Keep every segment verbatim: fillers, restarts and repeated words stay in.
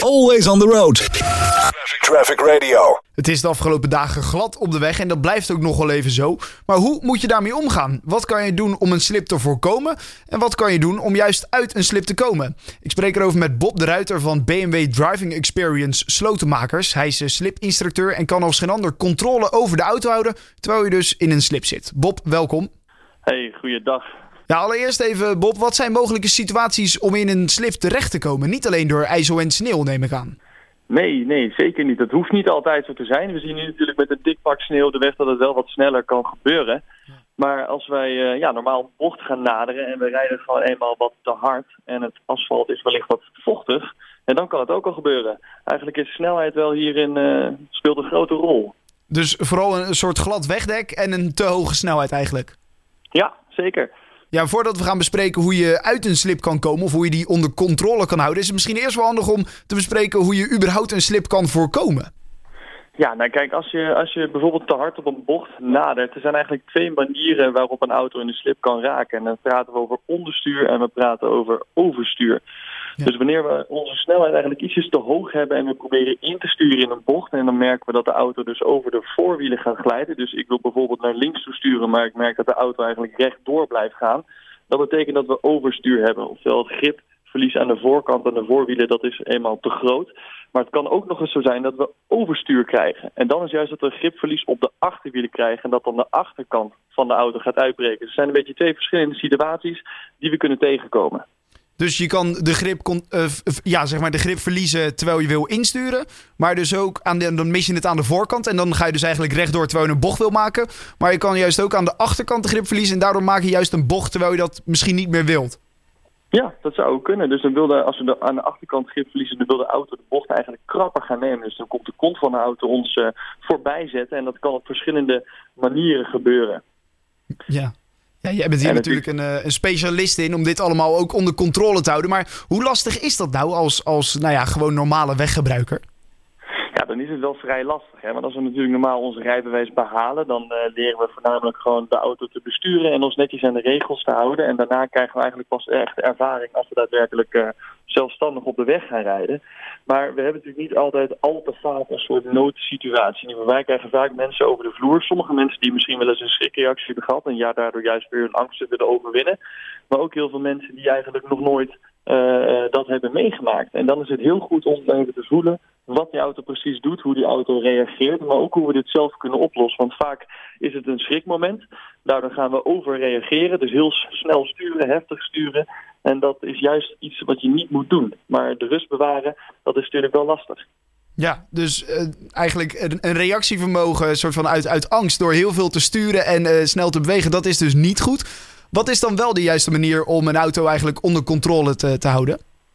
Always on the road. Traffic, Traffic Radio. Het is de afgelopen dagen glad op de weg en dat blijft ook nog wel even zo. Maar hoe moet je daarmee omgaan? Wat kan je doen om een slip te voorkomen? En wat kan je doen om juist uit een slip te komen? Ik spreek erover met Bob de Ruiter van B M W Driving Experience Slotenmakers. Hij is slipinstructeur en kan als geen ander controle over de auto houden, terwijl je dus in een slip zit. Bob, welkom. Hey, goeiedag. Ja, allereerst even, Bob, wat zijn mogelijke situaties om in een slip terecht te komen? Niet alleen door ijzel en sneeuw, neem ik aan. Nee, nee, zeker niet. Dat hoeft niet altijd zo te zijn. We zien nu natuurlijk met een dik pak sneeuw op de weg dat het wel wat sneller kan gebeuren. Ja. Maar als wij uh, ja, normaal een bocht gaan naderen en we rijden gewoon eenmaal wat te hard en het asfalt is wellicht wat vochtig, en dan kan het ook al gebeuren. Eigenlijk is snelheid wel hierin uh, speelt een grote rol. Dus vooral een soort glad wegdek en een te hoge snelheid eigenlijk? Ja, zeker. Ja, voordat we gaan bespreken hoe je uit een slip kan komen of hoe je die onder controle kan houden, is het misschien eerst wel handig om te bespreken hoe je überhaupt een slip kan voorkomen. Ja, nou kijk, als je, als je bijvoorbeeld te hard op een bocht nadert, er zijn eigenlijk twee manieren waarop een auto in de slip kan raken. En dan praten we over onderstuur en we praten over overstuur. Ja. Dus wanneer we onze snelheid eigenlijk ietsjes te hoog hebben en we proberen in te sturen in een bocht, en dan merken we dat de auto dus over de voorwielen gaat glijden. Dus ik wil bijvoorbeeld naar links toe sturen, maar ik merk dat de auto eigenlijk rechtdoor blijft gaan. Dat betekent dat we overstuur hebben. Oftewel het gripverlies aan de voorkant en de voorwielen, dat is eenmaal te groot. Maar het kan ook nog eens zo zijn dat we overstuur krijgen. En dan is juist dat we gripverlies op de achterwielen krijgen en dat dan de achterkant van de auto gaat uitbreken. Dus er zijn een beetje twee verschillende situaties die we kunnen tegenkomen. Dus je kan de grip, uh, ja, zeg maar de grip verliezen terwijl je wil insturen. Maar dus ook aan de, dan mis je het aan de voorkant. En dan ga je dus eigenlijk rechtdoor terwijl je een bocht wil maken. Maar je kan juist ook aan de achterkant de grip verliezen. En daardoor maak je juist een bocht terwijl je dat misschien niet meer wilt. Ja, dat zou ook kunnen. Dus dan wilde, als we de, aan de achterkant grip verliezen, dan wil de auto de bocht eigenlijk krapper gaan nemen. Dus dan komt de kont van de auto ons uh, voorbij zetten. En dat kan op verschillende manieren gebeuren. Ja. Ja, jij bent hier en natuurlijk een, een specialist in om dit allemaal ook onder controle te houden. Maar hoe lastig is dat nou als, als nou ja, gewoon normale weggebruiker? Ja, dan is het wel vrij lastig. Hè? Want als we natuurlijk normaal ons rijbewijs behalen, dan uh, leren we voornamelijk gewoon de auto te besturen en ons netjes aan de regels te houden. En daarna krijgen we eigenlijk pas echt ervaring als we daadwerkelijk uh, zelfstandig op de weg gaan rijden. Maar we hebben natuurlijk niet altijd al te vaak een soort noodsituatie. Wij krijgen vaak mensen over de vloer. Sommige mensen die misschien wel eens een schrikreactie hebben gehad en ja, daardoor juist weer hun angsten willen overwinnen. Maar ook heel veel mensen die eigenlijk nog nooit uh, dat hebben meegemaakt. En dan is het heel goed om even te voelen wat die auto precies doet, hoe die auto reageert, maar ook hoe we dit zelf kunnen oplossen. Want vaak is het een schrikmoment. Daardoor gaan we overreageren, dus heel snel sturen, heftig sturen. En dat is juist iets wat je niet moet doen. Maar de rust bewaren, dat is natuurlijk wel lastig. Ja, dus uh, eigenlijk een, een reactievermogen soort van uit, uit angst door heel veel te sturen en uh, snel te bewegen, dat is dus niet goed. Wat is dan wel de juiste manier om een auto eigenlijk onder controle te, te houden?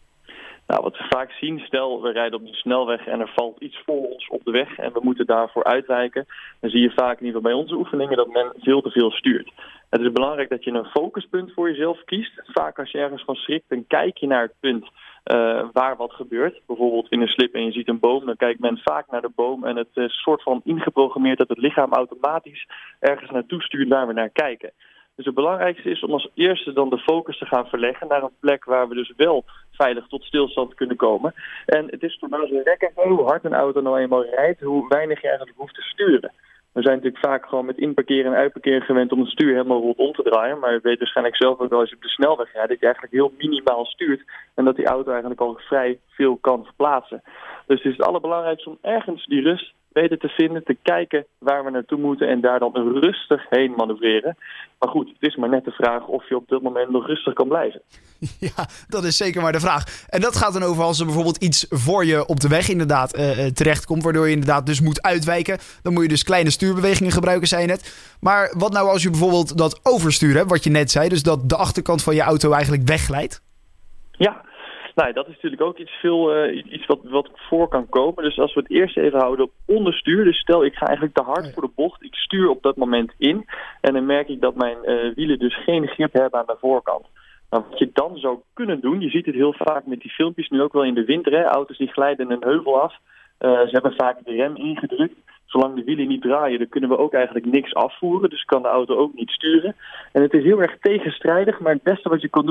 Nou, wat we vaak zien, stel we rijden op de snelweg en er valt iets voor ons op de weg en we moeten daarvoor uitwijken, dan zie je vaak in ieder geval bij onze oefeningen dat men veel te veel stuurt. Het is belangrijk dat je een focuspunt voor jezelf kiest. Vaak als je ergens van schrikt, dan kijk je naar het punt uh, waar wat gebeurt. Bijvoorbeeld in een slip en je ziet een boom, dan kijkt men vaak naar de boom en het is soort van ingeprogrammeerd dat het lichaam automatisch ergens naartoe stuurt waar we naar kijken. Dus het belangrijkste is om als eerste dan de focus te gaan verleggen naar een plek waar we dus wel veilig tot stilstand kunnen komen. En het is verbazingwekkend hoe hard een auto nou eenmaal rijdt, hoe weinig je eigenlijk hoeft te sturen. We zijn natuurlijk vaak gewoon met inparkeren en uitparkeren gewend om het stuur helemaal rondom te draaien. Maar je weet waarschijnlijk zelf ook wel als je op de snelweg rijdt dat je eigenlijk heel minimaal stuurt. En dat die auto eigenlijk al vrij veel kan verplaatsen. Dus het is het allerbelangrijkste om ergens die rust weten te vinden, te kijken waar we naartoe moeten en daar dan rustig heen manoeuvreren. Maar goed, het is maar net de vraag of je op dit moment nog rustig kan blijven. Ja, dat is zeker maar de vraag. En dat gaat dan over als er bijvoorbeeld iets voor je op de weg inderdaad uh, terechtkomt, waardoor je inderdaad dus moet uitwijken. Dan moet je dus kleine stuurbewegingen gebruiken, zei je net. Maar wat nou als je bijvoorbeeld dat overstuur hebt, wat je net zei, dus dat de achterkant van je auto eigenlijk wegglijdt? Ja. Nou, dat is natuurlijk ook iets, veel, uh, iets wat, wat voor kan komen. Dus als we het eerst even houden op onderstuur. Dus stel, ik ga eigenlijk te hard voor de bocht. Ik stuur op dat moment in. En dan merk ik dat mijn uh, wielen dus geen grip hebben aan de voorkant. Nou, wat je dan zou kunnen doen, je ziet het heel vaak met die filmpjes, nu ook wel in de winter. Hè, auto's die glijden een heuvel af. Uh, ze hebben vaak de rem ingedrukt. Zolang de wielen niet draaien, dan kunnen we ook eigenlijk niks afvoeren. Dus kan de auto ook niet sturen. En het is heel erg tegenstrijdig, maar het beste wat je kan doen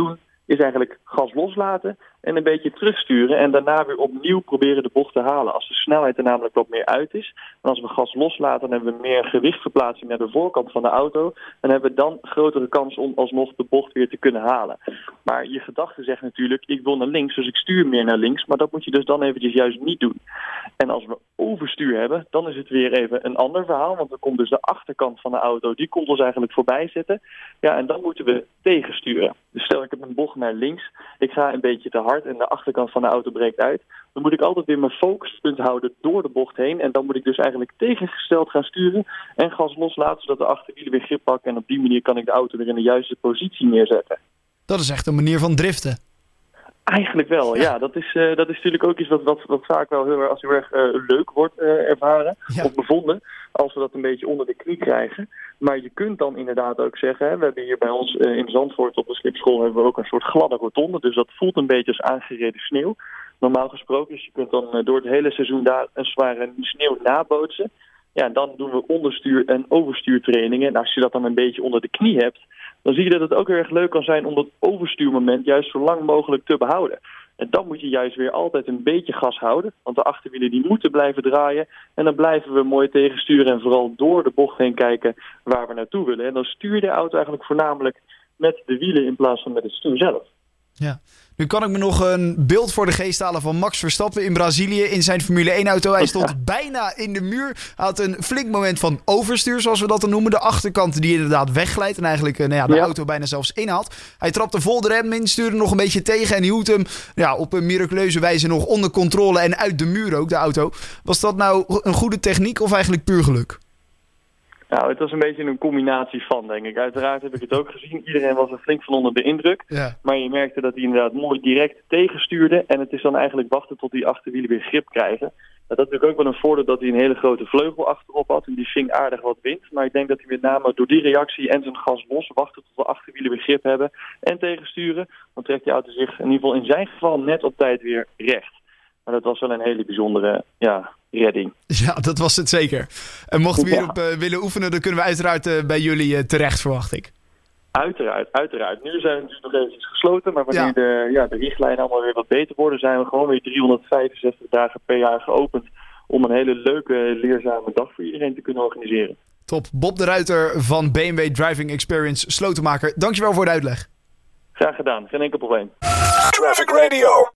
is eigenlijk gas loslaten en een beetje terugsturen. En daarna weer opnieuw proberen de bocht te halen. Als de snelheid er namelijk wat meer uit is. En als we gas loslaten, dan hebben we meer gewichtverplaatsing naar de voorkant van de auto. Dan hebben we dan grotere kans om alsnog de bocht weer te kunnen halen. Maar je gedachte zegt natuurlijk, ik wil naar links, dus ik stuur meer naar links. Maar dat moet je dus dan eventjes juist niet doen. En als we overstuur hebben, dan is het weer even een ander verhaal. Want dan komt dus de achterkant van de auto, die komt ons eigenlijk voorbij zitten. Ja, en dan moeten we tegensturen. Dus stel ik heb een bocht naar links, ik ga een beetje te hard en de achterkant van de auto breekt uit. Dan moet ik altijd weer mijn focuspunt houden door de bocht heen. En dan moet ik dus eigenlijk tegengesteld gaan sturen en gas loslaten, zodat de achterwielen weer grip pakken. En op die manier kan ik de auto weer in de juiste positie neerzetten. Dat is echt een manier van driften. Eigenlijk wel, ja. ja dat, is, uh, dat is natuurlijk ook iets wat, wat, wat vaak wel heel erg, als heel erg uh, leuk wordt uh, ervaren ja. of bevonden. Als we dat een beetje onder de knie krijgen. Maar je kunt dan inderdaad ook zeggen, hè, we hebben hier bij ons uh, in Zandvoort op de slipschool hebben we ook een soort gladde rotonde. Dus dat voelt een beetje als aangereden sneeuw. Normaal gesproken, dus je kunt dan uh, door het hele seizoen daar een zware sneeuw nabootsen. Ja, dan doen we onderstuur- en overstuurtrainingen. En als je dat dan een beetje onder de knie hebt, dan zie je dat het ook heel erg leuk kan zijn om dat overstuurmoment juist zo lang mogelijk te behouden. En dan moet je juist weer altijd een beetje gas houden, want de achterwielen die moeten blijven draaien. En dan blijven we mooi tegensturen en vooral door de bocht heen kijken waar we naartoe willen. En dan stuur je de auto eigenlijk voornamelijk met de wielen in plaats van met het stuur zelf. Ja. Nu kan ik me nog een beeld voor de geest halen van Max Verstappen in Brazilië in zijn Formule één auto. Hij stond ja. bijna in de muur. Hij had een flink moment van overstuur, zoals we dat dan noemen. De achterkant die inderdaad wegglijdt en eigenlijk nou ja, de ja. auto bijna zelfs inhaalt. Hij trapte vol de rem in, stuurde nog een beetje tegen en hield hem ja, op een miraculeuze wijze nog onder controle en uit de muur ook, de auto. Was dat nou een goede techniek of eigenlijk puur geluk? Nou, het was een beetje een combinatie van, denk ik. Uiteraard heb ik het ook gezien. Iedereen was er flink van onder de indruk. Ja. Maar je merkte dat hij inderdaad mooi direct tegenstuurde. En het is dan eigenlijk wachten tot die achterwielen weer grip krijgen. Dat had natuurlijk ook wel een voordeel dat hij een hele grote vleugel achterop had. En die ving aardig wat wind. Maar ik denk dat hij met name door die reactie en zijn gas los wachten tot de achterwielen weer grip hebben. En tegensturen. Dan trekt die auto zich in ieder geval in zijn geval net op tijd weer recht. Maar dat was wel een hele bijzondere ja, redding. Ja, dat was het zeker. En mochten we hierop ja. uh, willen oefenen, dan kunnen we uiteraard uh, bij jullie uh, terecht, verwacht ik. Uiteraard, uiteraard. Nu zijn we natuurlijk nog eventjes gesloten, maar wanneer ja. de, ja, de richtlijnen allemaal weer wat beter worden, zijn we gewoon weer driehonderdvijfenzestig dagen per jaar geopend om een hele leuke, leerzame dag voor iedereen te kunnen organiseren. Top. Bob de Ruiter van B M W Driving Experience Slotenmaker. Dankjewel voor de uitleg. Graag gedaan, geen enkel probleem. Traffic Radio.